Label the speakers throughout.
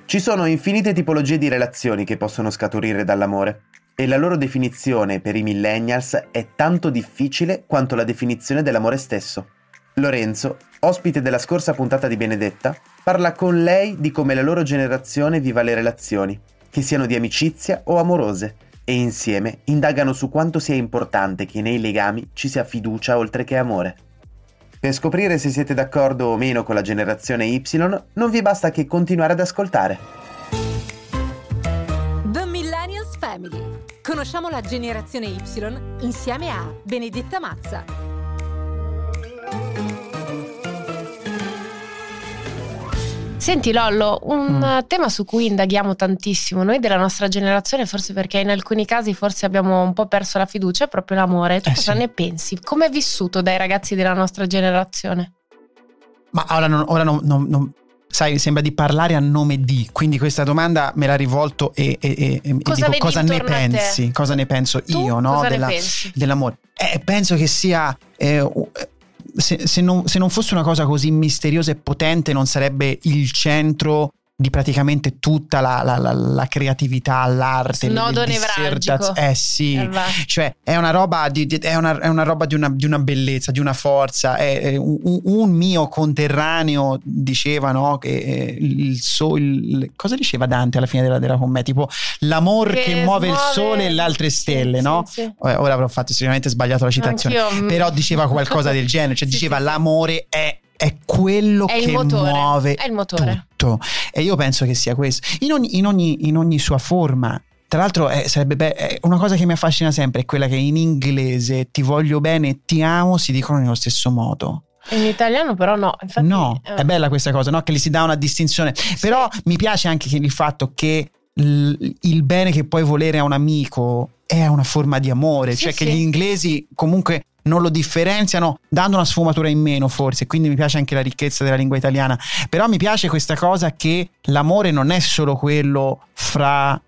Speaker 1: Ci sono infinite tipologie di relazioni che possono scaturire dall'amore e la loro definizione per i millennials è tanto difficile quanto la definizione dell'amore stesso. Lorenzo, ospite della scorsa puntata di Benedetta, parla con lei di come la loro generazione viva le relazioni, che siano di amicizia o amorose, e insieme indagano su quanto sia importante che nei legami ci sia fiducia oltre che amore. Per scoprire se siete d'accordo o meno con la generazione Y, non vi basta che continuare ad ascoltare.
Speaker 2: The Millennials Family. Conosciamo la generazione Y insieme a Benedetta Mazza.
Speaker 3: Senti Lollo, un tema su cui indaghiamo tantissimo noi della nostra generazione, forse perché in alcuni casi forse abbiamo un po' perso la fiducia, è proprio l'amore. Tu cosa ne pensi? Come è vissuto dai ragazzi della nostra generazione?
Speaker 4: Ma ora non sai, sembra di parlare a nome di, quindi questa domanda me la rivolto e dico cosa ne pensi? Cosa ne penso io, no? Dell'amore. Penso che sia se non fosse una cosa così misteriosa e potente, non sarebbe il centro di praticamente tutta la creatività, l'arte,
Speaker 3: snodo nevralgico.
Speaker 4: Sì, cioè è una roba è una roba di una bellezza, di una forza. Un mio conterraneo diceva, no, che cosa diceva Dante alla fine della commedia? Tipo l'amor che muove il sole e le altre stelle, no? Sì. Ora avrò fatto sicuramente sbagliato la citazione. Anch'io. Però diceva qualcosa del genere, cioè diceva l'amore è quello che muove tutto, e io penso che sia questo in ogni sua forma. Tra l'altro sarebbe una cosa che mi affascina sempre, è quella che in inglese ti voglio bene, ti amo si dicono nello stesso modo.
Speaker 3: In italiano però no. Infatti,
Speaker 4: no, è bella questa cosa, no? Che gli si dà una distinzione. Però mi piace anche il fatto che il bene che puoi volere a un amico è una forma di amore, cioè che gli inglesi comunque non lo differenziano dando una sfumatura in meno forse, quindi mi piace anche la ricchezza della lingua italiana. Però mi piace questa cosa che l'amore non è solo quello fra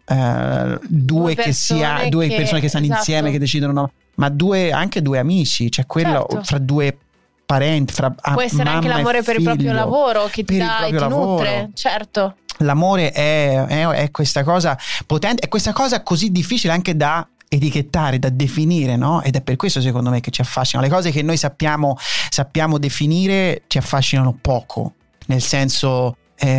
Speaker 4: due persone che stanno insieme, che decidono, no, ma anche due amici, cioè quello fra due parenti, può essere anche l'amore
Speaker 3: per il proprio lavoro che ti dà e ti nutre, certo.
Speaker 4: L'amore è questa cosa potente, è questa cosa così difficile anche da etichettare, da definire, no? Ed è per questo secondo me che ci affascinano. Le cose che noi sappiamo definire ci affascinano poco, nel senso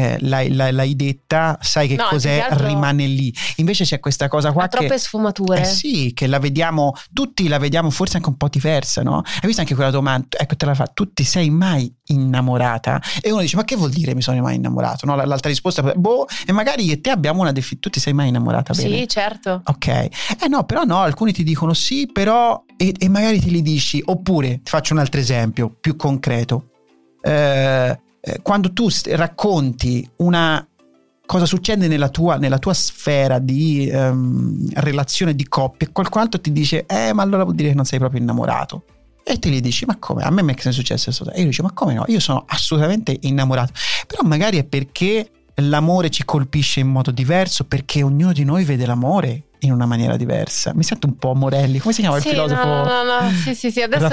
Speaker 4: l'hai detta, sai che cos'è, rimane lì. Invece c'è questa cosa qua,
Speaker 3: troppe sfumature.
Speaker 4: Sì, che la vediamo, tutti la vediamo forse anche un po' diversa, no? Hai visto anche quella domanda, ecco, te la fa: tu ti sei mai innamorata? E uno dice: ma che vuol dire mi sono mai innamorato? No? L'altra risposta, e magari io e te abbiamo una tu ti sei mai innamorata? Bene?
Speaker 3: Sì, certo.
Speaker 4: Ok. No, però no, alcuni ti dicono sì, però e magari te li dici. Oppure ti faccio un altro esempio più concreto. Quando tu racconti cosa succede nella tua sfera di relazione di coppia, qualcun altro ti dice ma allora vuol dire che non sei proprio innamorato, e te gli dici: ma come? A me è successo questo. E io dico: ma come no? Io sono assolutamente innamorato. Però magari è perché l'amore ci colpisce in modo diverso, perché ognuno di noi vede l'amore in una maniera diversa. Mi sento un po' Morelli, come si chiama il filosofo?
Speaker 3: No, sì, adesso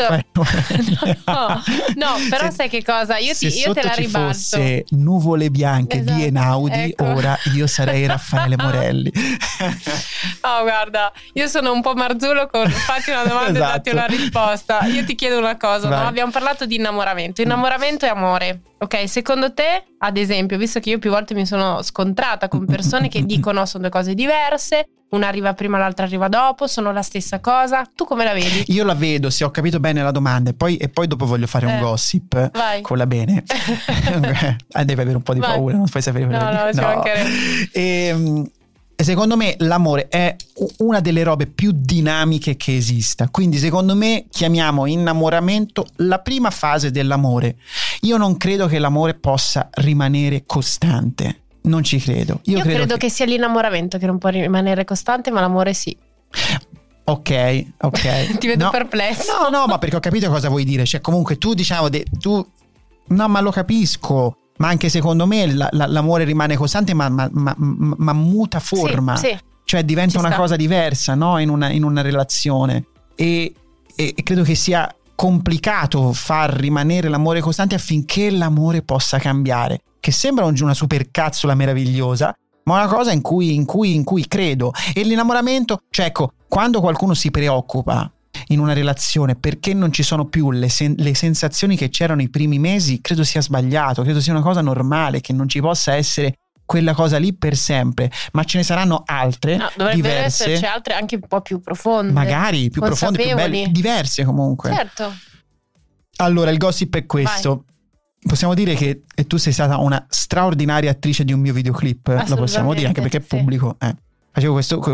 Speaker 3: no, però sai che cosa? Io te la ribalto. Se
Speaker 4: fosse nuvole bianche di Einaudi, ecco. Ora io sarei Raffaele Morelli.
Speaker 3: Oh, guarda, io sono un po' Marzullo con fatti una domanda e datti una risposta. Io ti chiedo una cosa, no? Abbiamo parlato di innamoramento. Innamoramento e amore. Ok, secondo te, ad esempio, visto che io più volte mi sono scontrata con persone che dicono sono due cose diverse, una arriva prima, l'altra arriva dopo, sono la stessa cosa, tu come la vedi?
Speaker 4: Io la vedo, se ho capito bene la domanda, e poi dopo voglio fare un gossip.
Speaker 3: Vai.
Speaker 4: Con la bene. Devi avere un po' di paura, non puoi sapere quello
Speaker 3: ci mancherebbe.
Speaker 4: Secondo me l'amore è una delle robe più dinamiche che esista, quindi secondo me chiamiamo innamoramento la prima fase dell'amore. Io non credo che l'amore possa rimanere costante, non ci credo.
Speaker 3: Io credo che sia l'innamoramento che non può rimanere costante, ma l'amore sì.
Speaker 4: Ok.
Speaker 3: Ti vedo perplesso.
Speaker 4: No, ma perché ho capito cosa vuoi dire, cioè comunque tu no, ma lo capisco. Ma anche secondo me l'amore rimane costante, ma muta forma.
Speaker 3: Sì.
Speaker 4: Cioè diventa una cosa diversa, no? In una relazione. E credo che sia complicato far rimanere l'amore costante affinché l'amore possa cambiare. che sembra una supercazzola meravigliosa, ma una cosa in cui credo. E l'innamoramento, cioè ecco, quando qualcuno si preoccupa in una relazione perché non ci sono più le sensazioni che c'erano i primi mesi, credo sia sbagliato, credo sia una cosa normale, che non ci possa essere quella cosa lì per sempre, ma ce ne saranno altre
Speaker 3: dovrebbero
Speaker 4: diverse,
Speaker 3: esserci altre anche un po' più profonde,
Speaker 4: magari più profonde, più belle, diverse comunque.
Speaker 3: Certo.
Speaker 4: Allora il gossip è questo. Vai. Possiamo dire che tu sei stata una straordinaria attrice di un mio videoclip, lo possiamo dire, anche perché è pubblico. Facevo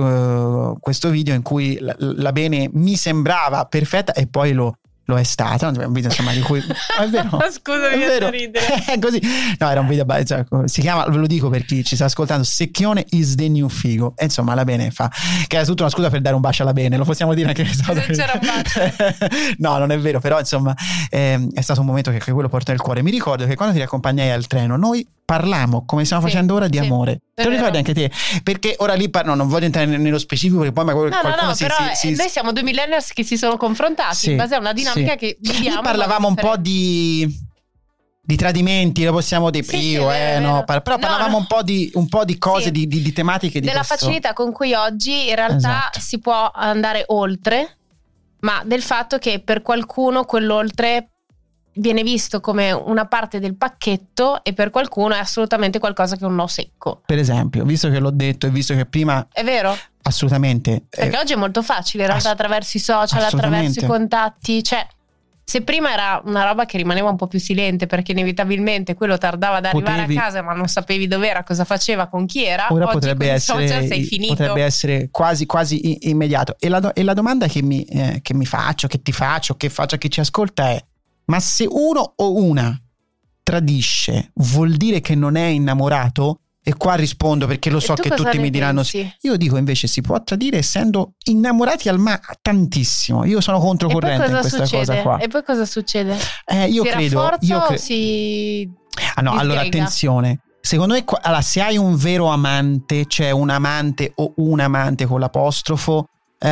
Speaker 4: questo video in cui la Bene mi sembrava perfetta e poi lo è stata, un video insomma di cui è vero,
Speaker 3: scusami, mi fa ridere.
Speaker 4: Così. No, era un video, cioè, si chiama, ve lo dico per chi ci sta ascoltando, Secchione is the new figo, e insomma la Bene fa, che era tutta una scusa per dare un bacio alla Bene, lo possiamo dire anche
Speaker 3: se c'era un bacio.
Speaker 4: No, non è vero, però insomma è stato un momento che quello porta nel cuore. Mi ricordo che quando ti accompagnai al treno noi parlammo, come stiamo facendo ora, di amore. Te lo ricordi anche te? Perché ora lì non voglio entrare nello specifico, perché poi magari qualcuno
Speaker 3: però noi siamo due millennials che si sono confrontati in base a una dinamica che viviamo.
Speaker 4: Lì parlavamo un po' di tradimenti, lo possiamo dire, però parlavamo un po' di cose, di tematiche di
Speaker 3: della facilità con cui oggi in realtà si può andare oltre, ma del fatto che per qualcuno quell'oltre viene visto come una parte del pacchetto e per qualcuno è assolutamente qualcosa che è un no secco.
Speaker 4: Per esempio, visto che l'ho detto e visto che prima...
Speaker 3: È vero?
Speaker 4: Assolutamente.
Speaker 3: Perché oggi è molto facile in realtà attraverso i social, attraverso i contatti, cioè se prima era una roba che rimaneva un po' più silente perché inevitabilmente quello tardava ad arrivare a casa ma non sapevi dov'era, cosa faceva, con chi era,
Speaker 4: ora
Speaker 3: oggi
Speaker 4: potrebbe essere,
Speaker 3: social sei finito.
Speaker 4: Potrebbe essere quasi immediato. E la domanda che mi faccio, che ti faccio, che faccio a chi ci ascolta è: ma se uno o una tradisce vuol dire che non è innamorato? E qua rispondo perché lo so che tutti mi diranno sì. Io dico invece si può tradire essendo innamorati tantissimo. Io sono controcorrente in questa cosa qua.
Speaker 3: E poi cosa succede?
Speaker 4: Io credo
Speaker 3: si
Speaker 4: allora attenzione. Secondo me se hai un vero amante, cioè un amante o un amante con l'apostrofo,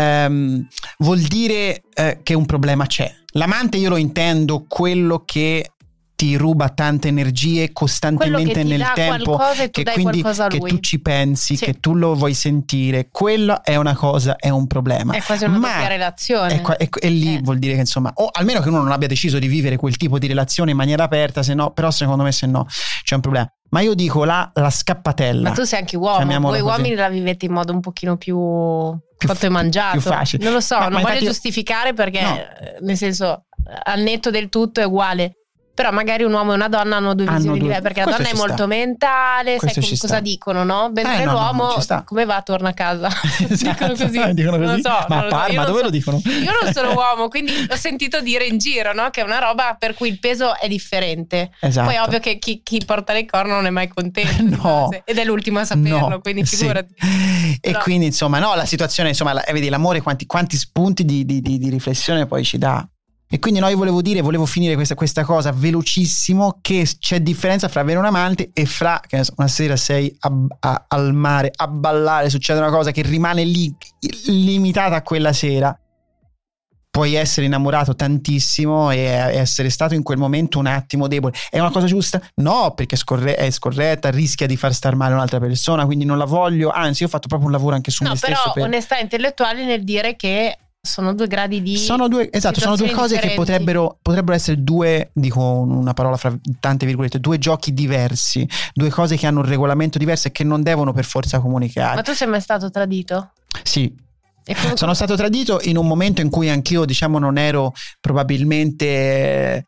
Speaker 4: vuol dire che un problema c'è. L'amante io lo intendo quello che ti ruba tante energie costantemente nel tempo, che quindi che tu ci pensi, che tu lo vuoi sentire, quello è una cosa, è un problema.
Speaker 3: È quasi una doppia relazione.
Speaker 4: E lì vuol dire che insomma, o almeno che uno non abbia deciso di vivere quel tipo di relazione in maniera aperta, però secondo me se no c'è un problema. Ma io dico la scappatella.
Speaker 3: Ma tu sei anche uomo, voi uomini la vivete in modo un pochino più fatto e mangiato.
Speaker 4: Più facile.
Speaker 3: Non lo so, non voglio giustificare perché nel senso al netto del tutto è uguale. Però magari un uomo e una donna hanno due visioni diverse, perché la donna è molto mentale, sai cosa dicono, no? Mentre l'uomo come va, torna a casa. Dicono così.
Speaker 4: Dicono così.
Speaker 3: Non lo so,
Speaker 4: ma a Parma dove lo dicono?
Speaker 3: Io non sono uomo, quindi ho sentito dire in giro, no? Che è una roba per cui il peso è differente.
Speaker 4: Esatto.
Speaker 3: Poi è ovvio che chi porta le corna non è mai contento. Ed è l'ultimo a saperlo, quindi figurati.
Speaker 4: E quindi insomma, la situazione, insomma, vedi, l'amore quanti spunti di riflessione poi ci dà. E quindi volevo finire questa cosa velocissimo, che c'è differenza fra avere un amante e fra che una sera sei al mare a ballare, succede una cosa che rimane lì limitata a quella sera. Puoi essere innamorato tantissimo e essere stato in quel momento un attimo debole. È una cosa giusta? No, perché è scorretta, rischia di far star male un'altra persona, quindi non la voglio. Anzi, io ho fatto proprio un lavoro anche su me stesso.
Speaker 3: Però onestà intellettuale nel dire che sono due gradi di
Speaker 4: sono due cose differenti. Che potrebbero essere due, dico una parola fra tante virgolette, due giochi diversi, due cose che hanno un regolamento diverso e che non devono per forza comunicare.
Speaker 3: Ma tu sei mai stato tradito?
Speaker 4: Sì. Sono stato tradito in un momento in cui anch'io, diciamo, non ero probabilmente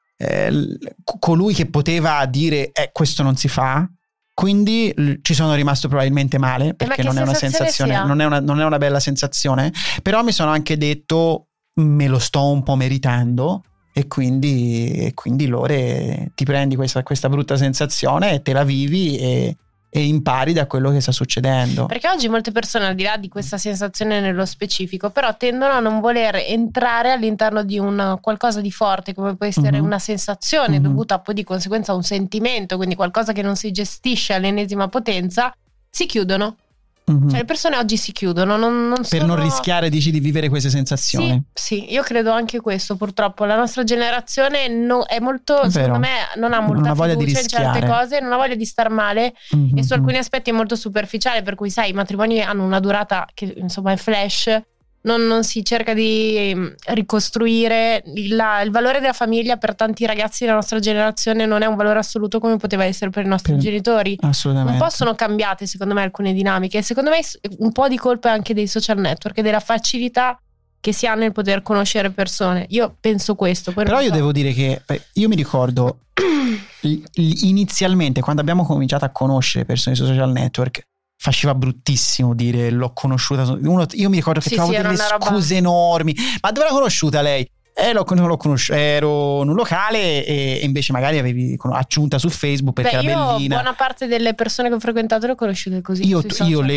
Speaker 4: colui che poteva dire questo non si fa. Quindi ci sono rimasto probabilmente male, perché non è una sensazione, non è una bella sensazione, però mi sono anche detto me lo sto un po' meritando e quindi Lore, ti prendi questa brutta sensazione e te la vivi e impari da quello che sta succedendo.
Speaker 3: Perché oggi molte persone, al di là di questa sensazione nello specifico, però tendono a non voler entrare all'interno di un qualcosa di forte, come può essere una sensazione dovuta poi di conseguenza a un sentimento, quindi qualcosa che non si gestisce all'ennesima potenza, si chiudono. Cioè le persone oggi si chiudono,
Speaker 4: per non rischiare, dici, di vivere queste sensazioni.
Speaker 3: Sì, io credo anche questo. Purtroppo la nostra generazione è molto, secondo me, non ha molta fiducia in certe cose, non ha voglia di star male, e su alcuni aspetti è molto superficiale, per cui sai, i matrimoni hanno una durata che insomma è flash. Non si cerca di ricostruire il valore della famiglia. Per tanti ragazzi della nostra generazione non è un valore assoluto come poteva essere per i nostri genitori.
Speaker 4: Assolutamente.
Speaker 3: Un po' sono cambiate secondo me alcune dinamiche, secondo me un po' di colpa è anche dei social network e della facilità che si ha nel poter conoscere persone. Io penso questo.
Speaker 4: Però io devo dire che io mi ricordo inizialmente, quando abbiamo cominciato a conoscere persone sui social network, faceva bruttissimo dire l'ho conosciuta. Io mi ricordo che trovavo delle scuse enormi. Ma dove l'ha conosciuta lei? Ero in un locale e invece magari avevi aggiunta su Facebook perché era bellina.
Speaker 3: Buona parte delle persone che ho frequentato le ho conosciute così.
Speaker 4: Io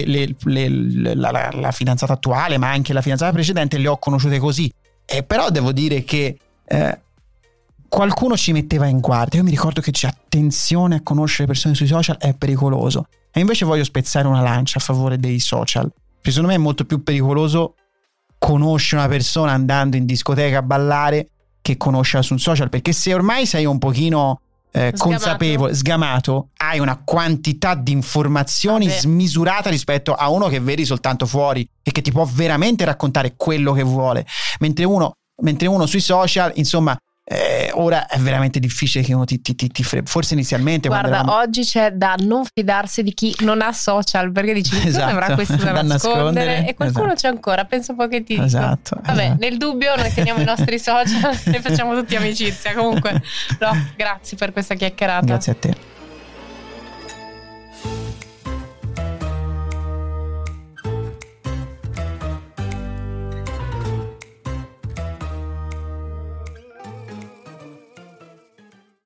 Speaker 4: la fidanzata attuale, ma anche la fidanzata precedente, le ho conosciute così. Però devo dire che qualcuno ci metteva in guardia. Io mi ricordo che c'è attenzione a conoscere persone sui social, è pericoloso. E invece voglio spezzare una lancia a favore dei social, perché secondo me è molto più pericoloso conoscere una persona andando in discoteca a ballare che conoscerla su un social, perché se ormai sei un pochino consapevole, sgamato, hai una quantità di informazioni smisurata rispetto a uno che vedi soltanto fuori e che ti può veramente raccontare quello che vuole, mentre uno sui social, insomma, ora è veramente difficile che uno ti forse inizialmente.
Speaker 3: Guarda, oggi c'è da non fidarsi di chi non ha social, perché dici avrà questo da nascondere, e qualcuno c'è ancora, penso un po' che ti dico.
Speaker 4: Esatto.
Speaker 3: Nel dubbio noi teniamo i nostri social e facciamo tutti amicizia. Comunque grazie per questa chiacchierata.
Speaker 4: Grazie a te.